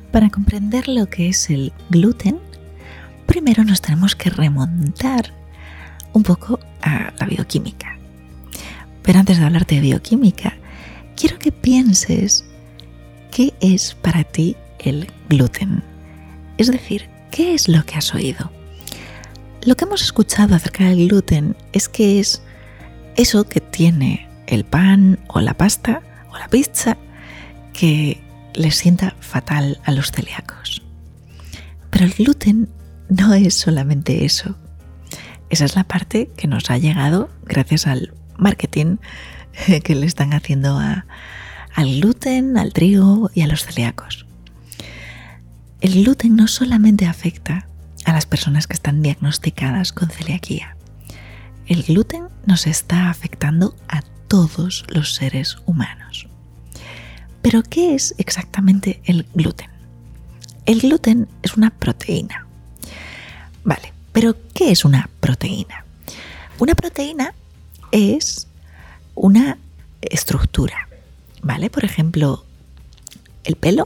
Para comprender lo que es el gluten, primero nos tenemos que remontar un poco a la bioquímica. Pero antes de hablarte de bioquímica, quiero que pienses qué es para ti el gluten. Es decir, ¿qué es lo que has oído? Lo que hemos escuchado acerca del gluten es que es eso que tiene el pan o la pasta o la pizza que les sienta fatal a los celíacos. Pero el gluten no es solamente eso. Esa es la parte que nos ha llegado gracias al marketing que le están haciendo al gluten, al trigo y a los celíacos. El gluten no solamente afecta a las personas que están diagnosticadas con celiaquía. El gluten nos está afectando a todos los seres humanos. ¿Pero qué es exactamente el gluten? El gluten es una proteína. Vale, pero ¿qué es una proteína? Una proteína es una estructura, ¿vale? Por ejemplo, el pelo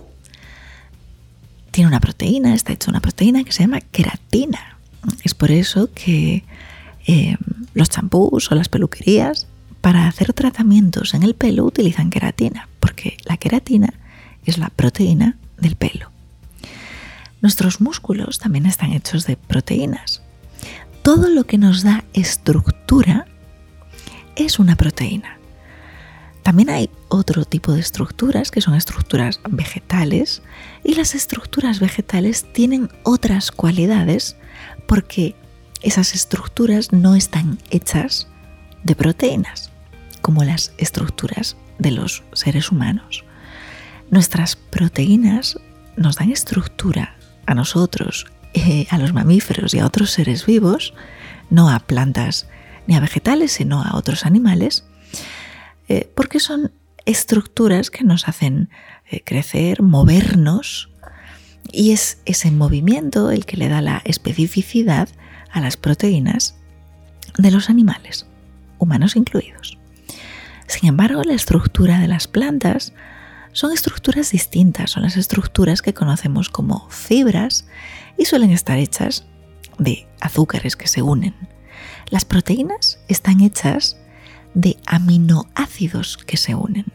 tiene una proteína, está hecha una proteína que se llama queratina. Es por eso que los champús o las peluquerías para hacer tratamientos en el pelo utilizan queratina, porque la queratina es la proteína del pelo. Nuestros músculos también están hechos de proteínas. Todo lo que nos da estructura es una proteína. También hay otro tipo de estructuras que son estructuras vegetales, y las estructuras vegetales tienen otras cualidades porque esas estructuras no están hechas de proteínas como las estructuras de los seres humanos. Nuestras proteínas nos dan estructura a nosotros, a los mamíferos y a otros seres vivos, no a plantas ni a vegetales, sino a otros animales, porque son estructuras que nos hacen crecer, movernos, y es ese movimiento el que le da la especificidad a las proteínas de los animales, humanos incluidos. Sin embargo, la estructura de las plantas son estructuras distintas, son las estructuras que conocemos como fibras y suelen estar hechas de azúcares que se unen. Las proteínas están hechas de aminoácidos que se unen.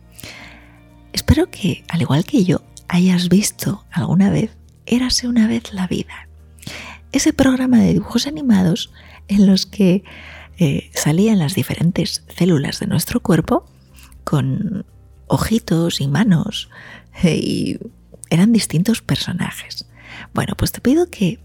Espero que, al igual que yo, hayas visto alguna vez Érase una vez la vida. Ese programa de dibujos animados en los que salían las diferentes células de nuestro cuerpo con ojitos y manos y eran distintos personajes. Bueno, pues te pido que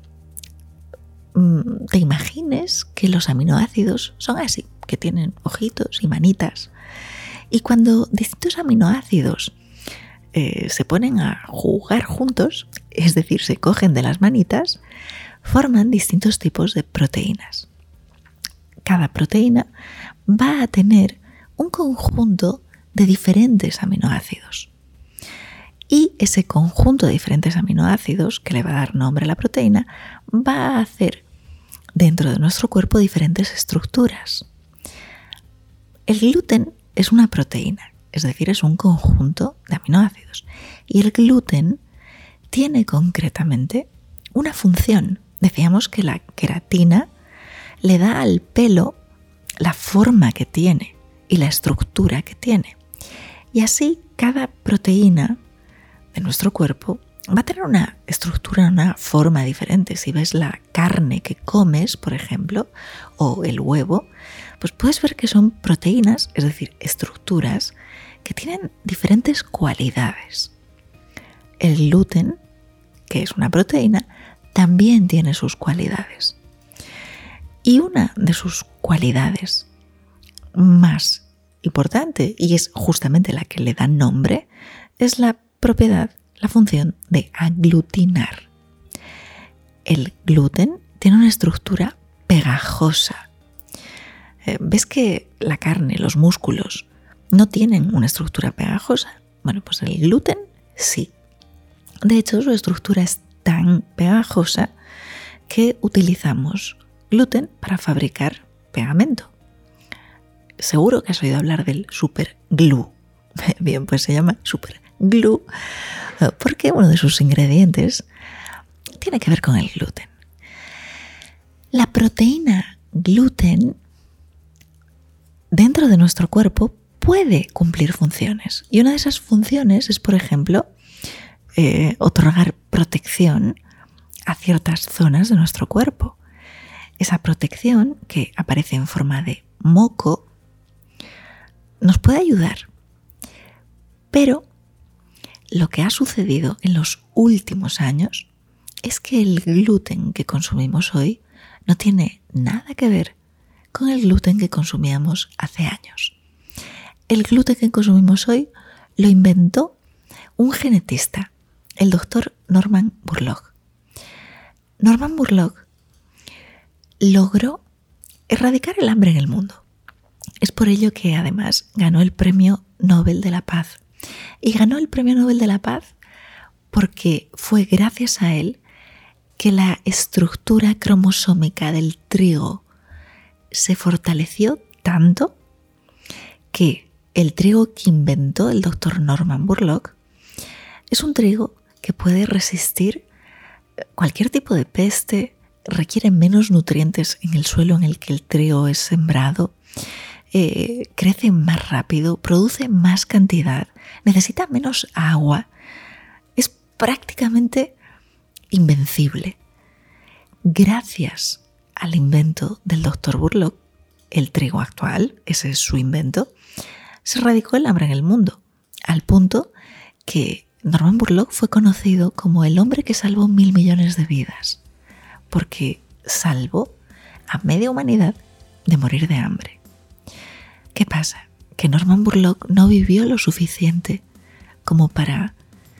te imagines que los aminoácidos son así, que tienen ojitos y manitas. Y cuando distintos aminoácidos se ponen a jugar juntos, es decir, se cogen de las manitas, forman distintos tipos de proteínas. Cada proteína va a tener un conjunto de diferentes aminoácidos. Y ese conjunto de diferentes aminoácidos que le va a dar nombre a la proteína va a hacer dentro de nuestro cuerpo diferentes estructuras. El gluten es una proteína, es decir, es un conjunto de aminoácidos. Y el gluten tiene concretamente una función. Decíamos que la queratina le da al pelo la forma que tiene y la estructura que tiene. Y así cada proteína de nuestro cuerpo va a tener una estructura, una forma diferente. Si ves la carne que comes, por ejemplo, o el huevo, pues puedes ver que son proteínas, es decir, estructuras que tienen diferentes cualidades. El gluten, que es una proteína, también tiene sus cualidades. Y una de sus cualidades más importante, y es justamente la que le da nombre, es la propiedad, la función de aglutinar. El gluten tiene una estructura pegajosa. ¿Ves que la carne, los músculos, no tienen una estructura pegajosa? Bueno, pues el gluten sí. De hecho, su estructura es tan pegajosa que utilizamos gluten para fabricar pegamento. Seguro que has oído hablar del superglue. Bien, pues se llama superglue. glue, porque uno de sus ingredientes tiene que ver con el gluten. La proteína gluten dentro de nuestro cuerpo puede cumplir funciones. Y una de esas funciones es, por ejemplo, otorgar protección a ciertas zonas de nuestro cuerpo. Esa protección, que aparece en forma de moco, nos puede ayudar. Pero lo que ha sucedido en los últimos años es que el gluten que consumimos hoy no tiene nada que ver con el gluten que consumíamos hace años. El gluten que consumimos hoy lo inventó un genetista, el doctor Norman Borlaug. Norman Borlaug logró erradicar el hambre en el mundo. Es por ello que además ganó el Premio Nobel de la Paz. Y ganó el Premio Nobel de la Paz porque fue gracias a él que la estructura cromosómica del trigo se fortaleció tanto que el trigo que inventó el doctor Norman Borlaug es un trigo que puede resistir cualquier tipo de peste, requiere menos nutrientes en el suelo en el que el trigo es sembrado, crece más rápido, produce más cantidad, necesita menos agua, es prácticamente invencible. Gracias al invento del doctor Borlaug, el trigo actual, ese es su invento, se erradicó el hambre en el mundo, al punto que Norman Borlaug fue conocido como el hombre que salvó 1.000 millones de vidas, porque salvó a media humanidad de morir de hambre. ¿Qué pasa? Que Norman Borlaug no vivió lo suficiente como para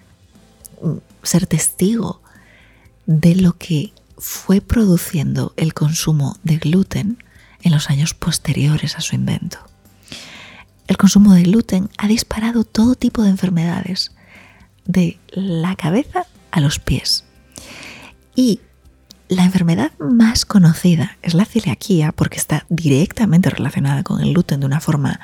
ser testigo de lo que fue produciendo el consumo de gluten en los años posteriores a su invento. El consumo de gluten ha disparado todo tipo de enfermedades, de la cabeza a los pies. Y la enfermedad más conocida es la celiaquía, porque está directamente relacionada con el gluten de una forma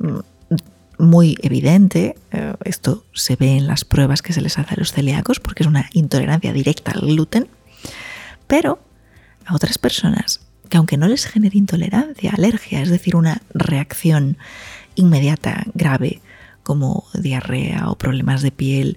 muy evidente. Esto se ve en las pruebas que se les hace a los celíacos, porque es una intolerancia directa al gluten. Pero a otras personas que, aunque no les genere intolerancia, alergia, es decir, una reacción inmediata grave como diarrea o problemas de piel,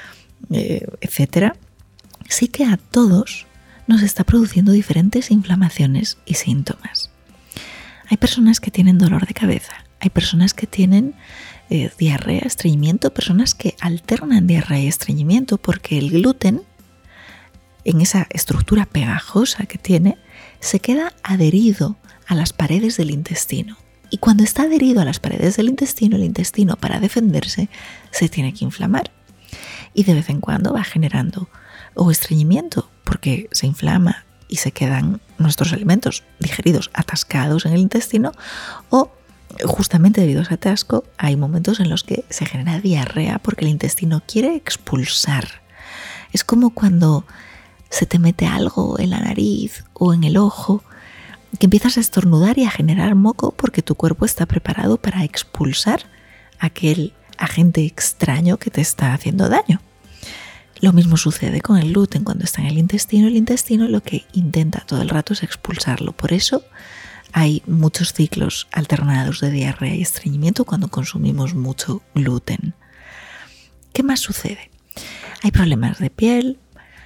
etc., sí que a todos nos está produciendo diferentes inflamaciones y síntomas. Hay personas que tienen dolor de cabeza, hay personas que tienen diarrea, estreñimiento, personas que alternan diarrea y estreñimiento porque el gluten, en esa estructura pegajosa que tiene, se queda adherido a las paredes del intestino. Y cuando está adherido a las paredes del intestino, el intestino, para defenderse, se tiene que inflamar. Y de vez en cuando va generando o estreñimiento, porque se inflama y se quedan nuestros alimentos digeridos atascados en el intestino, o justamente debido a ese atasco hay momentos en los que se genera diarrea porque el intestino quiere expulsar. Es como cuando se te mete algo en la nariz o en el ojo, que empiezas a estornudar y a generar moco porque tu cuerpo está preparado para expulsar aquel agente extraño que te está haciendo daño. Lo mismo sucede con el gluten cuando está en el intestino lo que intenta todo el rato es expulsarlo. Por eso hay muchos ciclos alternados de diarrea y estreñimiento cuando consumimos mucho gluten. ¿Qué más sucede? Hay problemas de piel,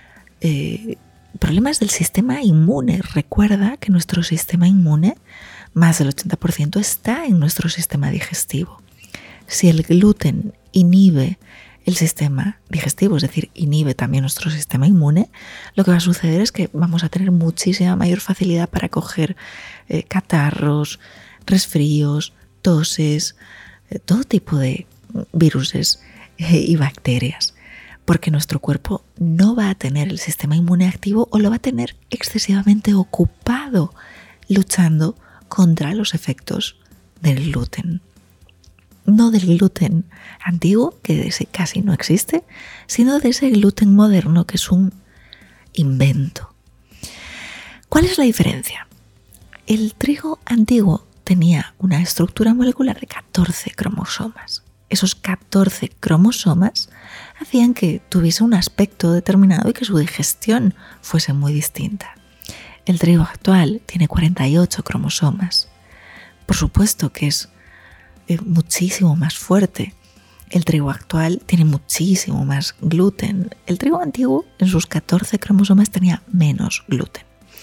problemas del sistema inmune. Recuerda que nuestro sistema inmune, más del 80%, está en nuestro sistema digestivo. Si el gluten inhibe el sistema digestivo, es decir, inhibe también nuestro sistema inmune, lo que va a suceder es que vamos a tener muchísima mayor facilidad para coger catarros, resfríos, toses, todo tipo de viruses y bacterias, porque nuestro cuerpo no va a tener el sistema inmune activo o lo va a tener excesivamente ocupado luchando contra los efectos del gluten. No del gluten antiguo, que de ese casi no existe, sino de ese gluten moderno que es un invento. ¿Cuál es la diferencia? El trigo antiguo tenía una estructura molecular de 14 cromosomas esos 14 cromosomas hacían que tuviese un aspecto determinado y que su digestión fuese muy distinta. El trigo actual tiene 48 cromosomas. Por supuesto que es muchísimo más fuerte. El trigo actual tiene muchísimo más gluten. El trigo antiguo en sus 14 cromosomas tenía menos gluten.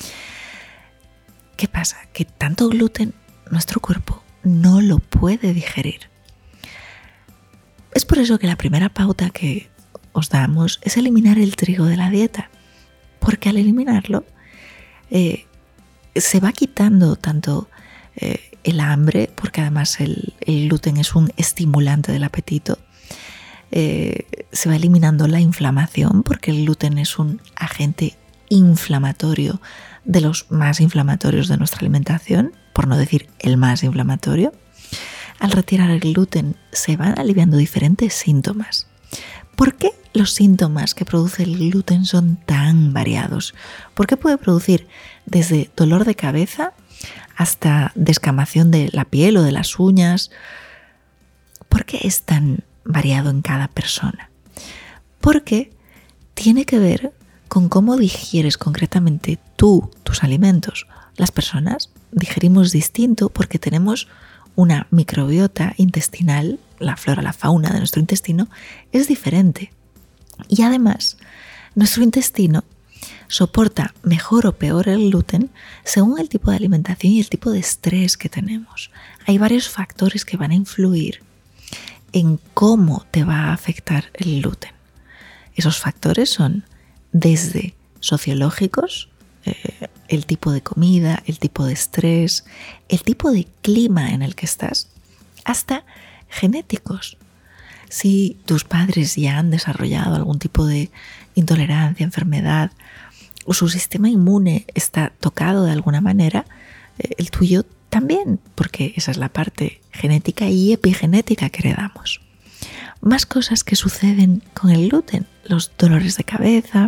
¿Qué pasa? Que tanto gluten nuestro cuerpo no lo puede digerir. Es por eso que la primera pauta que os damos es eliminar el trigo de la dieta, porque al eliminarlo se va quitando tanto el hambre, porque además el gluten es un estimulante del apetito, se va eliminando la inflamación, porque el gluten es un agente inflamatorio de los más inflamatorios de nuestra alimentación, por no decir el más inflamatorio. Al retirar el gluten se van aliviando diferentes síntomas. ¿Por qué los síntomas que produce el gluten son tan variados? ¿Por qué puede producir desde dolor de cabeza hasta descamación de la piel o de las uñas? ¿Por qué es tan variado en cada persona? Porque tiene que ver con cómo digieres concretamente tú tus alimentos. Las personas digerimos distinto porque tenemos una microbiota intestinal, la flora, la fauna de nuestro intestino es diferente. Y además, nuestro intestino soporta mejor o peor el gluten según el tipo de alimentación y el tipo de estrés que tenemos. Hay varios factores que van a influir en cómo te va a afectar el gluten. Esos factores son desde sociológicos, el tipo de comida, el tipo de estrés, el tipo de clima en el que estás, hasta genéticos. Si tus padres ya han desarrollado algún tipo de intolerancia, enfermedad, o su sistema inmune está tocado de alguna manera, el tuyo también, porque esa es la parte genética y epigenética que heredamos. Más cosas que suceden con el gluten, los dolores de cabeza,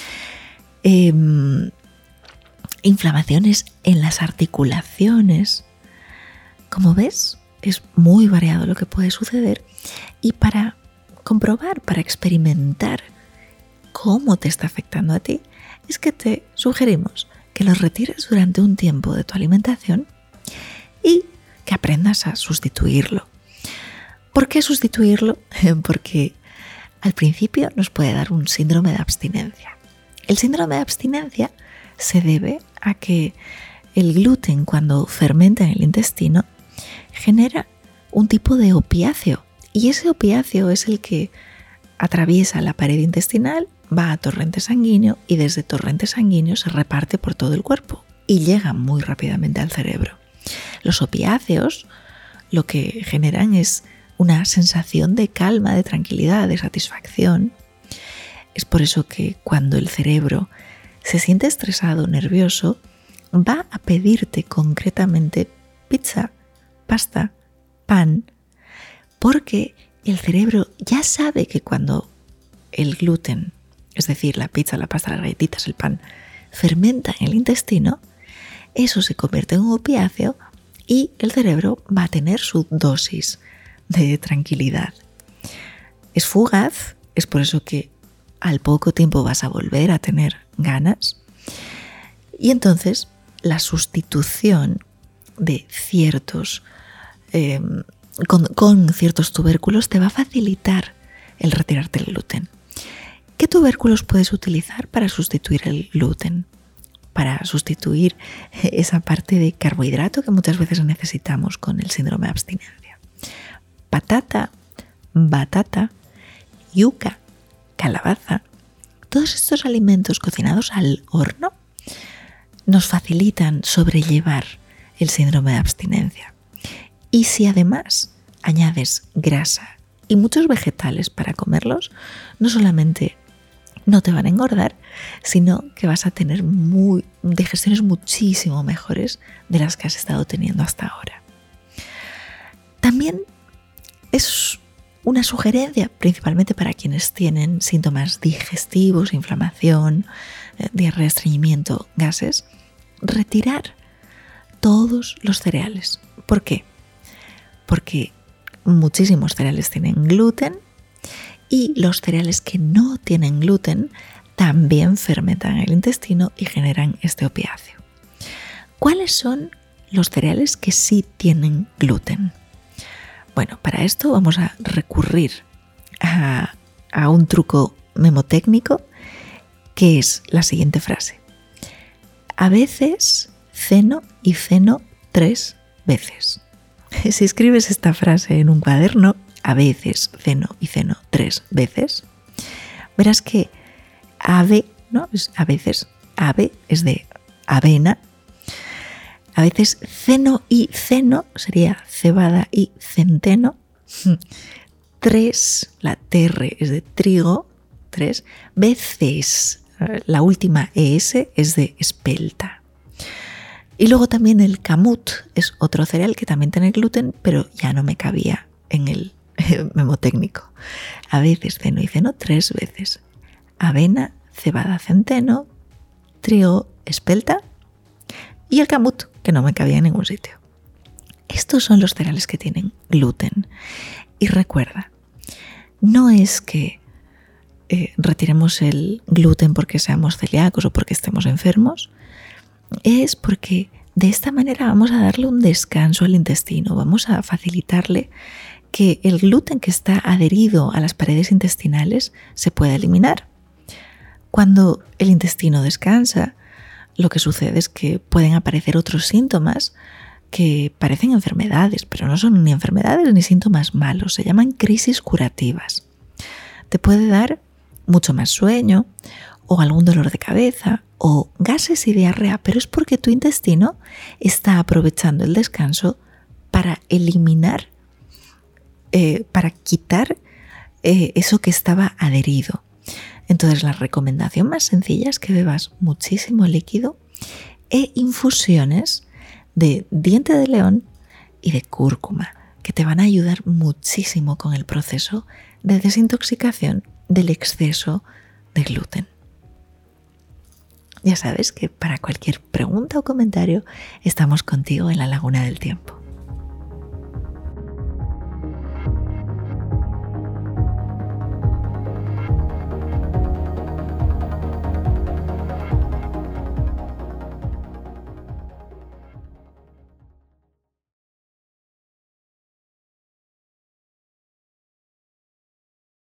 inflamaciones en las articulaciones. Como ves, es muy variado lo que puede suceder, y para comprobar, para experimentar cómo te está afectando a ti, es que te sugerimos que los retires durante un tiempo de tu alimentación y que aprendas a sustituirlo. ¿Por qué sustituirlo? Porque al principio nos puede dar un síndrome de abstinencia. El síndrome de abstinencia se debe a que el gluten, cuando fermenta en el intestino, genera un tipo de opiáceo, y ese opiáceo es el que atraviesa la pared intestinal, va a torrente sanguíneo y desde torrente sanguíneo se reparte por todo el cuerpo y llega muy rápidamente al cerebro. Los opiáceos lo que generan es una sensación de calma, de tranquilidad, de satisfacción. Es por eso que cuando el cerebro se siente estresado, nervioso, va a pedirte concretamente pizza, pasta, pan, porque el cerebro ya sabe que cuando el gluten, es decir, la pizza, la pasta, las galletitas, el pan, fermenta en el intestino, eso se convierte en un opiáceo y el cerebro va a tener su dosis de tranquilidad. Es fugaz, es por eso que al poco tiempo vas a volver a tener ganas, y entonces la sustitución de ciertos con ciertos tubérculos te va a facilitar el retirarte el gluten. ¿Qué tubérculos puedes utilizar para sustituir el gluten? Para sustituir esa parte de carbohidrato que muchas veces necesitamos con el síndrome de abstinencia. Patata, batata, yuca, calabaza, todos estos alimentos cocinados al horno nos facilitan sobrellevar el síndrome de abstinencia. Y si además añades grasa y muchos vegetales para comerlos, no solamente no te van a engordar, sino que vas a tener digestiones muchísimo mejores de las que has estado teniendo hasta ahora. También es una sugerencia, principalmente para quienes tienen síntomas digestivos, inflamación, diarrea, estreñimiento, gases, retirar todos los cereales. ¿Por qué? Porque muchísimos cereales tienen gluten y los cereales que no tienen gluten también fermentan el intestino y generan este opiáceo. ¿Cuáles son los cereales que sí tienen gluten? Bueno, para esto vamos a recurrir a un truco memotécnico que es la siguiente frase. A veces ceno y ceno 3 veces. Si escribes esta frase en un cuaderno, a veces ceno y ceno 3 veces, verás que ave, ¿no? A veces ave es de avena. A veces ceno y ceno sería cebada y centeno. 3, la TR es de trigo, 3 veces. La última ES es de espelta. Y luego también el camut es otro cereal que también tiene gluten, pero ya no me cabía en el memotécnico. A veces ceno y ceno 3 veces. Avena, cebada, centeno, trigo, espelta y el camut, que no me cabía en ningún sitio. Estos son los cereales que tienen gluten. Y recuerda, no es que retiremos el gluten porque seamos celíacos o porque estemos enfermos, es porque de esta manera vamos a darle un descanso al intestino, vamos a facilitarle que el gluten que está adherido a las paredes intestinales se pueda eliminar. Cuando el intestino descansa, lo que sucede es que pueden aparecer otros síntomas que parecen enfermedades, pero no son ni enfermedades ni síntomas malos, se llaman crisis curativas. Te puede dar mucho más sueño o algún dolor de cabeza o gases y diarrea, pero es porque tu intestino está aprovechando el descanso para eliminar, para quitar eso que estaba adherido. Entonces la recomendación más sencilla es que bebas muchísimo líquido e infusiones de diente de león y de cúrcuma, que te van a ayudar muchísimo con el proceso de desintoxicación del exceso de gluten. Ya sabes que para cualquier pregunta o comentario estamos contigo en la Laguna del Tiempo.